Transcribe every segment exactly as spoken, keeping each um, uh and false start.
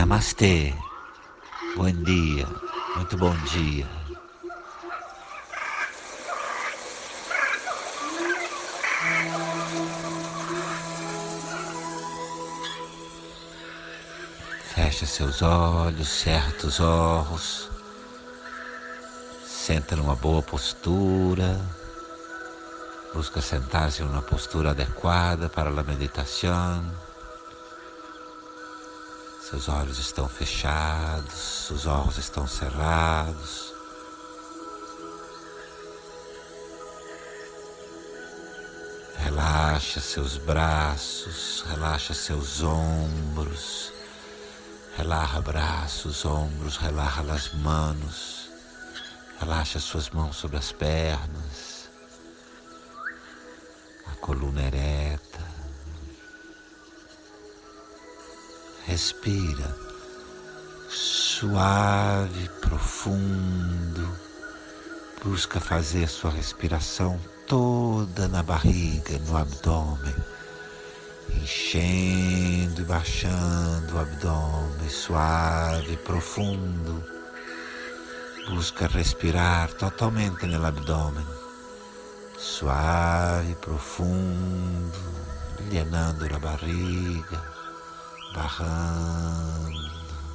Namastê, bom dia, muito bom dia. Fecha seus olhos, cerra os olhos, senta numa boa postura, busca sentar-se em uma postura adequada para a meditação. Seus olhos estão fechados, os olhos estão cerrados. Relaxa seus braços, relaxa seus ombros, relaxa braços, ombros, relaxa as mãos, relaxa suas mãos sobre as pernas, a coluna ereta. Respira suave, profundo. Busca fazer sua respiração toda na barriga, no abdômen, enchendo e baixando o abdômen, suave, profundo. Busca respirar totalmente no abdômen, suave, profundo, llenando a barriga. Barrando,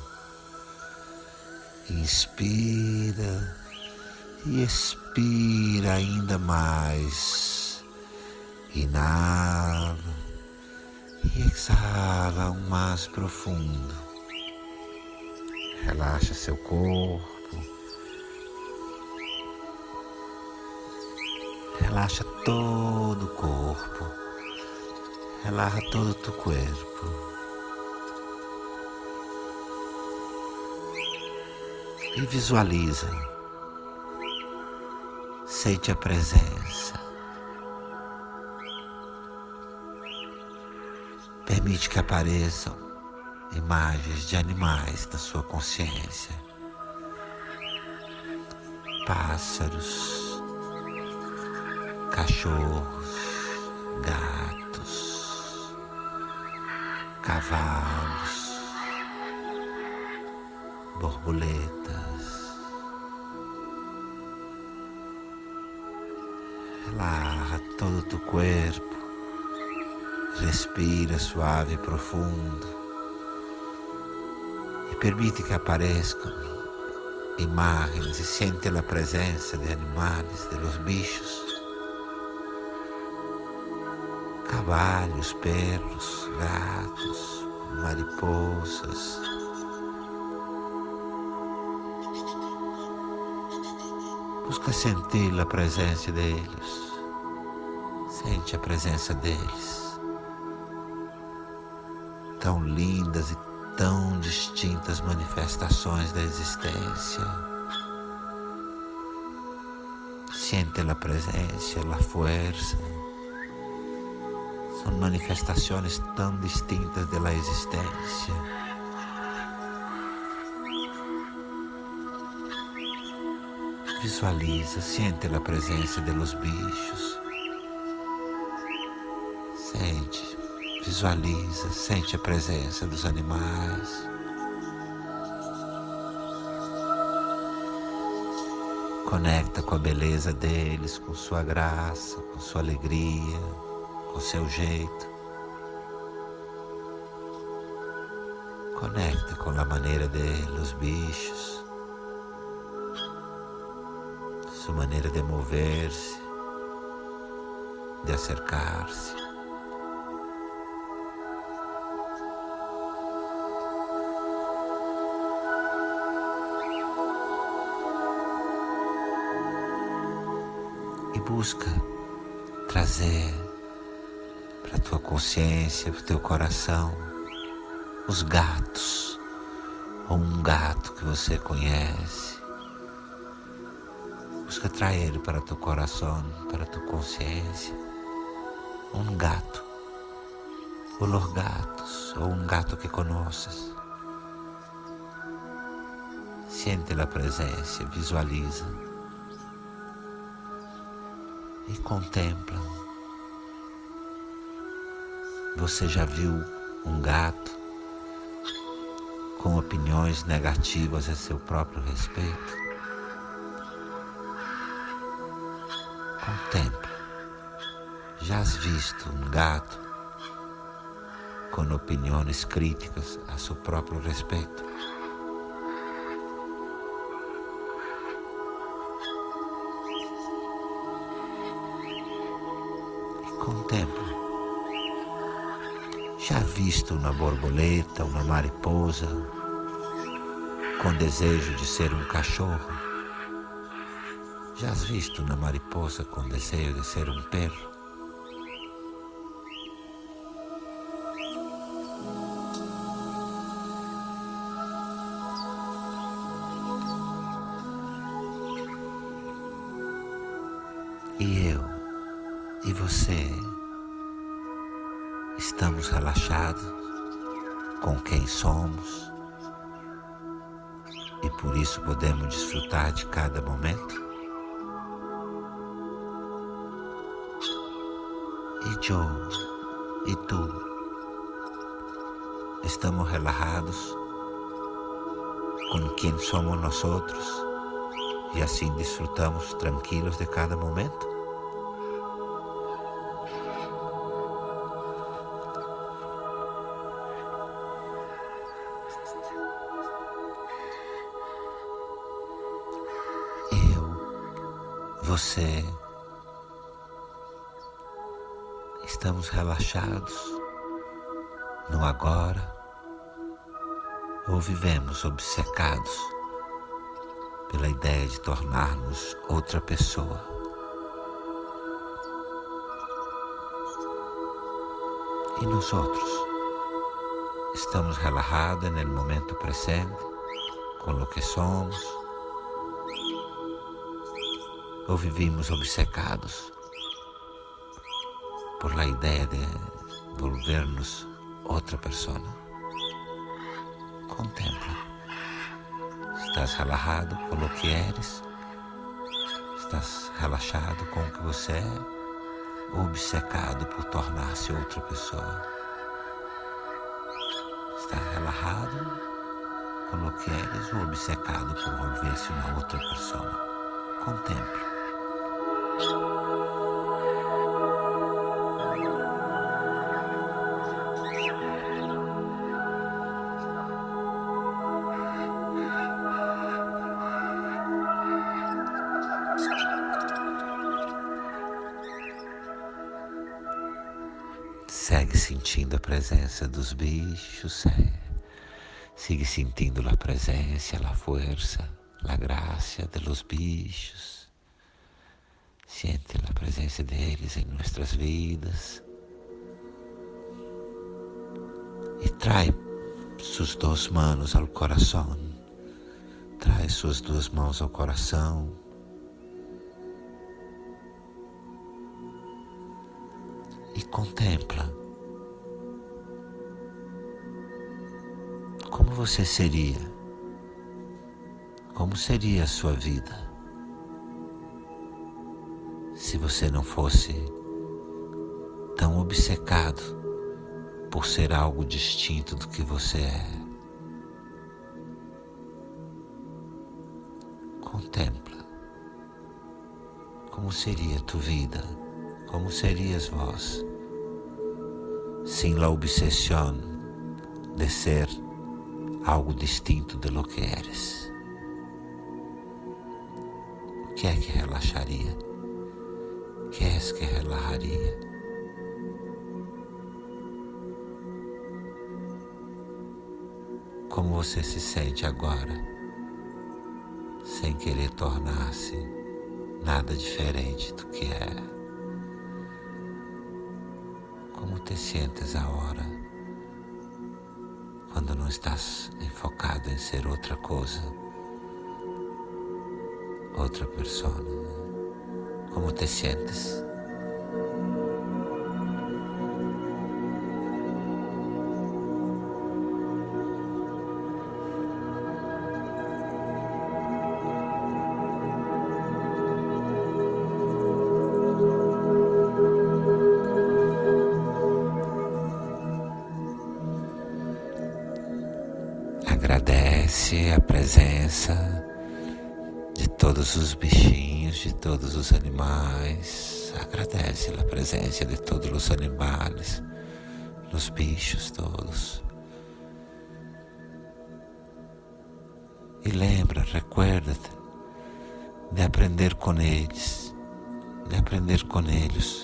inspira e expira ainda mais, inala e exala o mais profundo. Relaxa seu corpo, relaxa todo o corpo, relaxa todo o teu corpo. E visualiza, sente a presença, permite que apareçam imagens de animais na sua consciência, pássaros, cachorros, gatos, cavalos, borboletas. Relaxa todo o teu corpo, respira suave e profundo e permite que apareçam imagens e sente a presença de animais, de los bichos, cavalos, perros, gatos, mariposas. Busca sentir a presença deles, sente a presença deles, tão lindas e tão distintas manifestações da existência. Sente a presença, a força, são manifestações tão distintas da existência. Visualiza, sente a presença de los bichos. Sente, visualiza, sente a presença dos animais. Conecta com a beleza deles, com sua graça, com sua alegria, com seu jeito. Conecta com a maneira de los bichos. Sua maneira de mover-se, de acercar-se. E busca trazer para a tua consciência, para o teu coração, os gatos, ou um gato que você conhece. Busca trazer para tu coração, para tu consciência, um gato, ou los gatos, ou um gato que conheces. Siente a presença, visualiza e contempla. Você já viu um gato com opiniões negativas a seu próprio respeito. Contemple. Já has visto um gato com opiniões críticas a seu próprio respeito? E contemple. Já has visto uma borboleta, uma mariposa com desejo de ser um cachorro? Já has visto uma mariposa com desejo de ser um perro? E eu e você estamos relaxados com quem somos e por isso podemos desfrutar de cada momento? E eu e tu estamos relaxados com quem somos nós outros e assim desfrutamos tranquilos de cada momento? Você, estamos relaxados no agora ou vivemos obcecados pela ideia de tornar-nos outra pessoa? E nós outros, estamos relaxados no momento presente com o que somos? Ou vivimos obcecados por la ideia de volver-nos outra pessoa? Contempla. Estás relaxado com o que eres? Estás relaxado com o que você é? Ou obcecado por tornar-se outra pessoa? Estás relaxado com o que eres ou obcecado por volver-se uma outra pessoa? Contemple. Segue sentindo a presença dos bichos, sigue sentindo a presença, a força, a graça de los bichos. Siente a presença deles em nossas vidas e trai suas duas mãos ao coração. Trai suas duas mãos ao coração e contempla como você seria, como seria a sua vida se você não fosse tão obcecado por ser algo distinto do que você é. Contempla como seria a tua vida, como serias vós, sem a obsessão de ser algo distinto de lo que eres. O que é que relaxaria? O que é que relaxaria? Como você se sente agora, sem querer tornar-se nada diferente do que é? Como te sientes agora, quando não estás enfocado em ser outra coisa, outra pessoa? Como te sientes? Agradece a presença de todos os bichinhos, de todos os animais. Agradece a presença de todos os animais, os bichos todos. E lembra, recuerda-te de aprender com eles, de aprender com eles.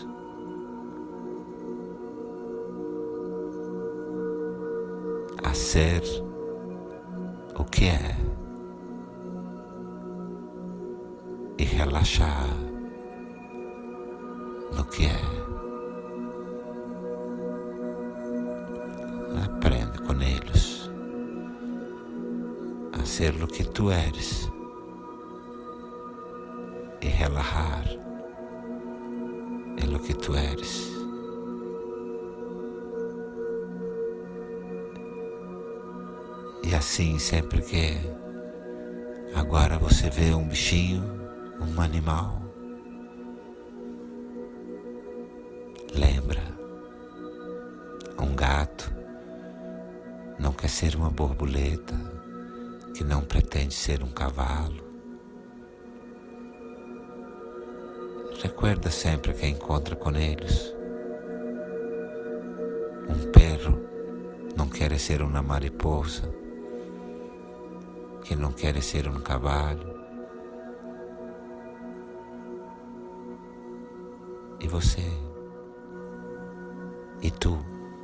A ser o que é e relaxar no que é. Aprende com eles a ser o que tu eres e relaxar em o que tu eres. E assim, sempre que agora você vê um bichinho, um animal, lembra, um gato não quer ser uma borboleta, que não pretende ser um cavalo. Recuerda sempre que encontra com eles. Um perro não quer ser uma mariposa, que não quer ser um cavalo. E você? E tu?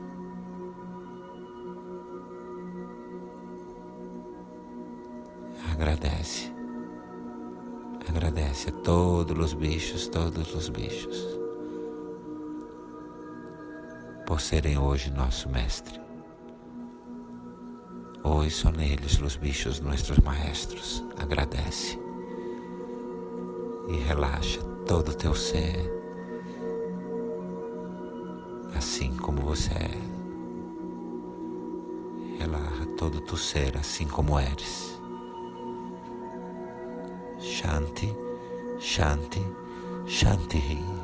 Agradece. Agradece a todos os bichos, todos os bichos, por serem hoje nosso mestre. Hoje são eles os bichos nossos maestros. Agradece e relaxa todo o teu ser, assim como você é. Relaxa todo o teu ser, assim como eres. Shanti, Shanti, Shanti.